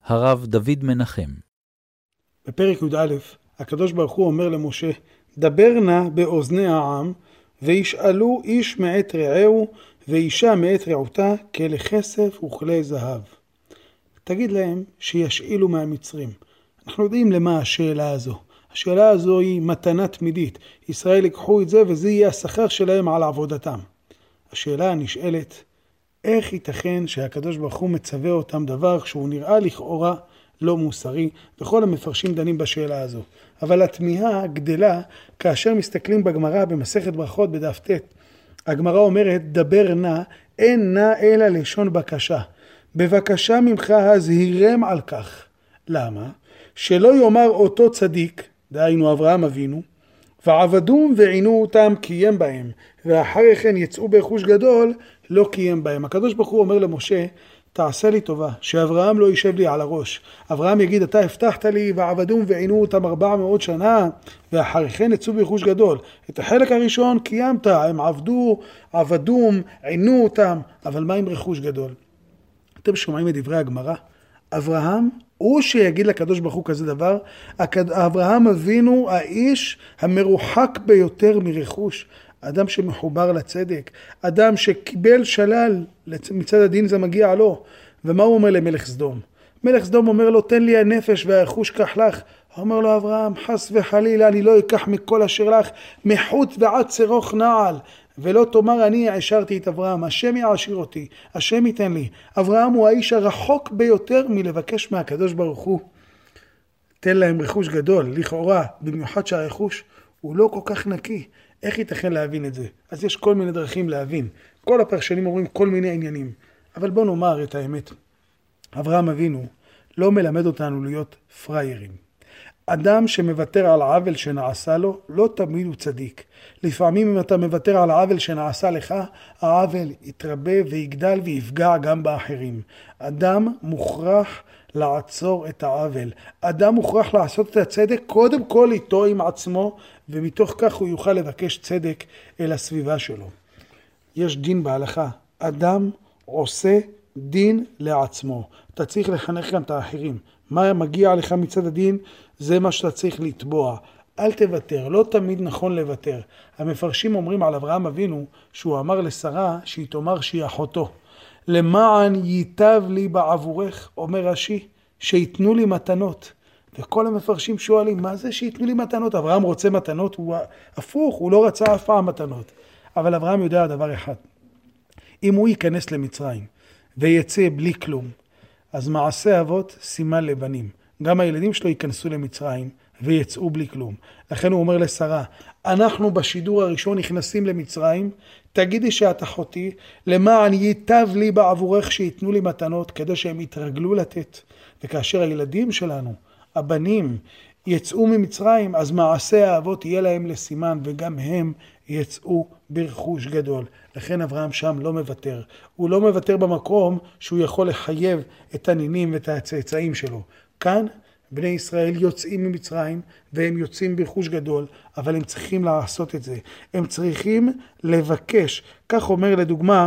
הרב דוד מנחם. בפרק י"א, הקדוש ברוך הוא אומר למשה, דבר נא באוזני העם, וישאלו איש מעת רעהו, ואישה מעת רעותה, כלי כסף וכלי זהב. תגיד להם שישאילו מהמצרים. אנחנו יודעים למה השאלה הזו. השאלה הזו היא מתנה תמידית. ישראל יקחו את זה וזה יהיה השכר שלהם על עבודתם. השאלה הנשאלת, איך ייתכן שהקדוש ברוך הוא מצווה אותם דבר שהוא נראה לכאורה לא מוסרי, וכל המפרשים דנים בשאלה הזו. אבל התמיהה גדלה כאשר מסתכלים בגמרא במסכת ברכות בדף ט'. הגמרא אומרת, דבר נא, אין נא אלא לשון בקשה. בבקשה ממך הזהירם על כך. למה? שלא יאמר אותו צדיק, דהיינו אברהם אבינו, ועבדום ועינו אותם קיים בהם, ואחרי כן יצאו ברכוש גדול, לא קיים בהם. הקדוש ברוך הוא אומר למשה, תעשה לי טובה, שאברהם לא יישב לי על הראש. אברהם יגיד, אתה הבטחת לי, ועבדום ועינו אותם 400 שנה, ואחרי כן יצאו ברכוש גדול. את החלק הראשון קיימת, הם עבדו, עבדום, עינו אותם, אבל מה עם רכוש גדול? אתם שומעים את דברי הגמרא? אברהם הוא שיגיד לקדוש ברוך הוא כזה דבר. אברהם אבינו האיש המרוחק ביותר מרכוש, אדם שמחובר לצדק, אדם שקיבל שלל, מצד הדין זה מגיע לו. ומה הוא אומר למלך סדום? מלך סדום אומר לו, תן לי הנפש והרכוש קח לך. אומר לו אברהם, חס וחלילה, אני לא אקח מכל אשר לך, מחוט ועד צרוך נעל. ולא תאמר אני העשרתי את אברהם, השם יעשיר אותי, השם ייתן לי. אברהם הוא האיש הרחוק ביותר מלבקש מהקדוש ברוך הוא. תן להם רכוש גדול, לכאורה, במיוחד שהרכוש הוא לא כל כך נקי. איך ייתכן להבין את זה? אז יש כל מיני דרכים להבין. כל הפרשנים אומרים כל מיני עניינים. אבל בוא נאמר את האמת. אברהם אבינו לא מלמד אותנו להיות פריירים. אדם שמוותר על העוול שנעשה לו, לא תמיד הוא צדיק. לפעמים אם אתה מוותר על העוול שנעשה לך, העוול יתרבה ויגדל ויפגע גם באחרים. אדם מוכרח לעצור את העוול. אדם מוכרח לעשות את הצדק קודם כל איתו עם עצמו, ומתוך כך הוא יוכל לבקש צדק אל הסביבה שלו. יש דין בהלכה. אדם עושה דין לעצמו. אתה צריך לחנך גם את האחרים. מה מגיע לך מצד הדין? זה מה שאתה צריך לתבוע. אל תוותר, לא תמיד נכון לוותר. המפרשים אומרים על אברהם אבינו שהוא אמר לשרה שהיא תאמר שהיא אחותו. למען ייטב לי בעבורך, אומר רש"י, שיתנו לי מתנות. וכל המפרשים שואלים, מה זה שיתנו לי מתנות? אברהם רוצה מתנות, הוא הפוך, הוא לא רצה אף פעם מתנות. אבל אברהם יודע דבר אחד. אם הוא ייכנס למצרים ויצא בלי כלום, אז מעשה אבות סימן לבנים. גם הילדים שלו ייכנסו למצרים ויצאו בלי כלום. לכן הוא אומר לשרה, אנחנו בשידור הראשון נכנסים למצרים, תגידי שאת אחותי, למען ייטב לי בעבורך שיתנו לי מתנות, כדי שהם יתרגלו לתת. וכאשר הילדים שלנו, הבנים, יצאו ממצרים, אז מעשה האבות יהיה להם לסימן, וגם הם יצאו ברכוש גדול. לכן אברהם שם לא מוותר. הוא לא מוותר במקום שהוא יכול לחייב את הנינים ואת הצאצאים שלו. כאן בני ישראל יוצאים ממצרים והם יוצאים ברכוש גדול, אבל הם צריכים לעשות את זה. הם צריכים לבקש. כך אומר לדוגמה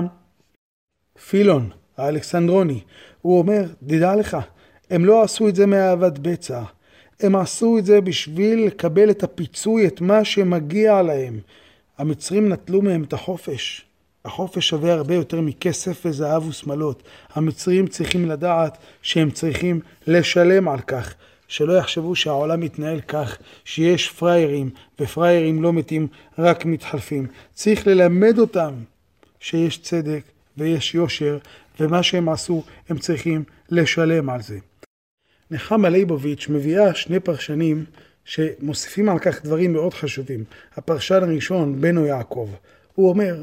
פילון האלכסנדרוני. הוא אומר, דע לך, הם לא עשו את זה מאהבת בצע. הם עשו את זה בשביל לקבל את הפיצוי, את מה שמגיע להם. המצרים נטלו מהם את החופש. החופש שווה הרבה יותר מכסף וזהב ושמלות. המצרים צריכים לדעת שהם צריכים לשלם על כך. שלא יחשבו שהעולם מתנהל כך, שיש פריירים, ופריירים לא מתים, רק מתחלפים. צריך ללמד אותם שיש צדק ויש יושר, ומה שהם עשו הם צריכים לשלם על זה. נחמה ליבוביץ' מביאה שני פרשנים שמוסיפים על כך דברים מאוד חשובים. הפרשן הראשון, בנו יעקב, הוא אומר,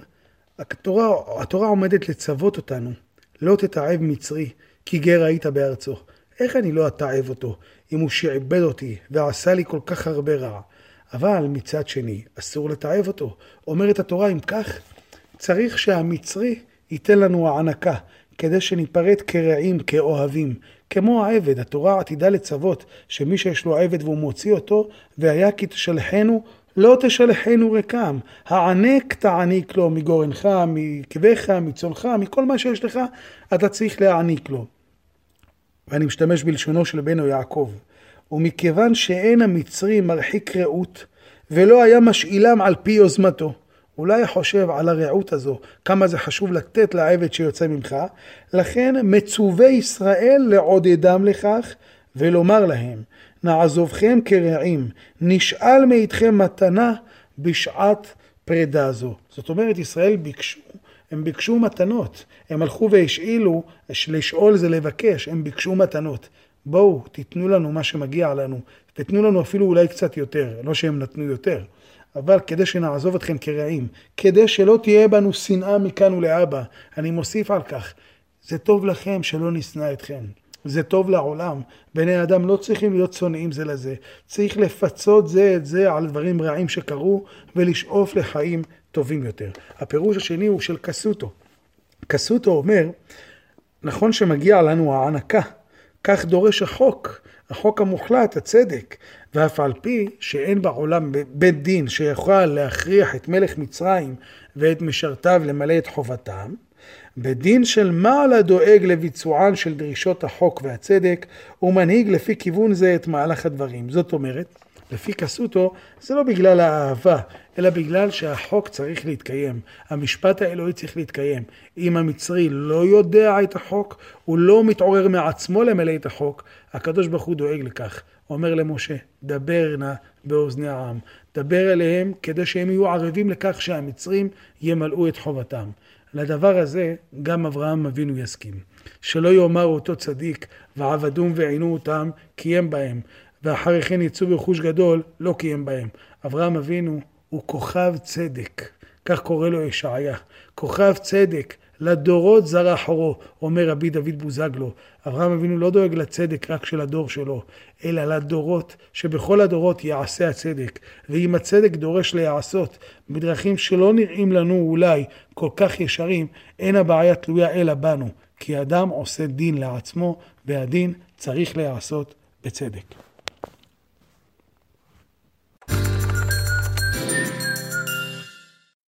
התורה עומדת לצוות אותנו, לא תתעב מצרי, כי גר היית בארצו. איך אני לא אתעב אותו, אם הוא שעבד אותי ועשה לי כל כך הרבה רע? אבל מצד שני, אסור לתעב אותו. אומרת התורה, אם כך, צריך שהמצרי ייתן לנו הענקה, כדי שניפרד כרעים, כאוהבים. כמו העבד, התורה עתידה לצוות, שמי שיש לו עבד והוא מוציא אותו, והיה כי תשלחנו, לא תשלחנו רקם. הענק תעניק לו מגורנך, מכבך, מצונך, מכל מה שיש לך, אתה צריך להעניק לו. ואני משתמש בלשונו של בנו יעקב, ומכיוון שאין המצרי מרחיק רעות, ולא היה משאילם על פי יוזמתו, אולי חושב על הרעות הזו, כמה זה חשוב לתת לעבד שיוצא ממך, לכן מצווה ישראל לעודדם לכך, ולומר להם, נעזובכם כרעים, נשאל מאיתכם מתנה בשעת פרידה זו. זאת אומרת, ישראל הם ביקשו מתנות, הם הלכו והשאילו, לשאול זה לבקש, הם ביקשו מתנות. בואו, תיתנו לנו מה שמגיע לנו, תיתנו לנו אפילו אולי קצת יותר, לא שהם נתנו יותר, אבל כדי שנעזוב אתכם כרעים, כדי שלא תהיה בנו שנאה מכאן ולאבא, אני מוסיף על כך, זה טוב לכם שלא נשנא אתכם, זה טוב לעולם, בני אדם לא צריכים להיות שונאים זה לזה, צריך לפצות זה את זה על דברים רעים שקרו, ולשאוף לחיים טובים יותר. הפירוש השני הוא של קסוטו. קסוטו אומר, נכון שמגיע לנו הענקה, כך דורש החוק המוחלט, הצדק, ואף על פי שאין בעולם בית דין שיכול להכריח את מלך מצרים ואת משרתיו למלא את חובתם, בדין של מעלה דואג לביצוען של דרישות החוק והצדק, ומנהיג לפי כיוון זה את מהלך הדברים. זאת אומרת, לפי קסוטו, זה לא בגלל האהבה, אלא בגלל שהחוק צריך להתקיים. המשפט האלוהי צריך להתקיים. אם המצרי לא יודע את החוק, הוא לא מתעורר מעצמו למלא את החוק, הקדוש ברוך הוא דואג לכך. אומר למשה, דבר נא באוזני העם. דבר אליהם כדי שהם יהיו ערבים לכך שהמצרים ימלאו את חובתם. לדבר הזה גם אברהם אבינו יסכים. שלא יאמר אותו צדיק, ועבדום ועינו אותם, קיים בהם. ואחרי כן יצאו ברכוש גדול, לא קיים בהם. אברהם אבינו הוא כוכב צדק, כך קורא לו ישעיה. כוכב צדק, לדורות זרע חורו, אומר רבי דוד בוזגלו. אברהם אבינו לא דואג לצדק רק של הדור שלו, אלא לדורות, שבכל הדורות יעשה הצדק. ואם הצדק דורש להיעשות בדרכים שלא נראים לנו אולי כל כך ישרים, אין הבעיה תלויה אלא בנו, כי אדם עושה דין לעצמו, והדין צריך להיעשות בצדק.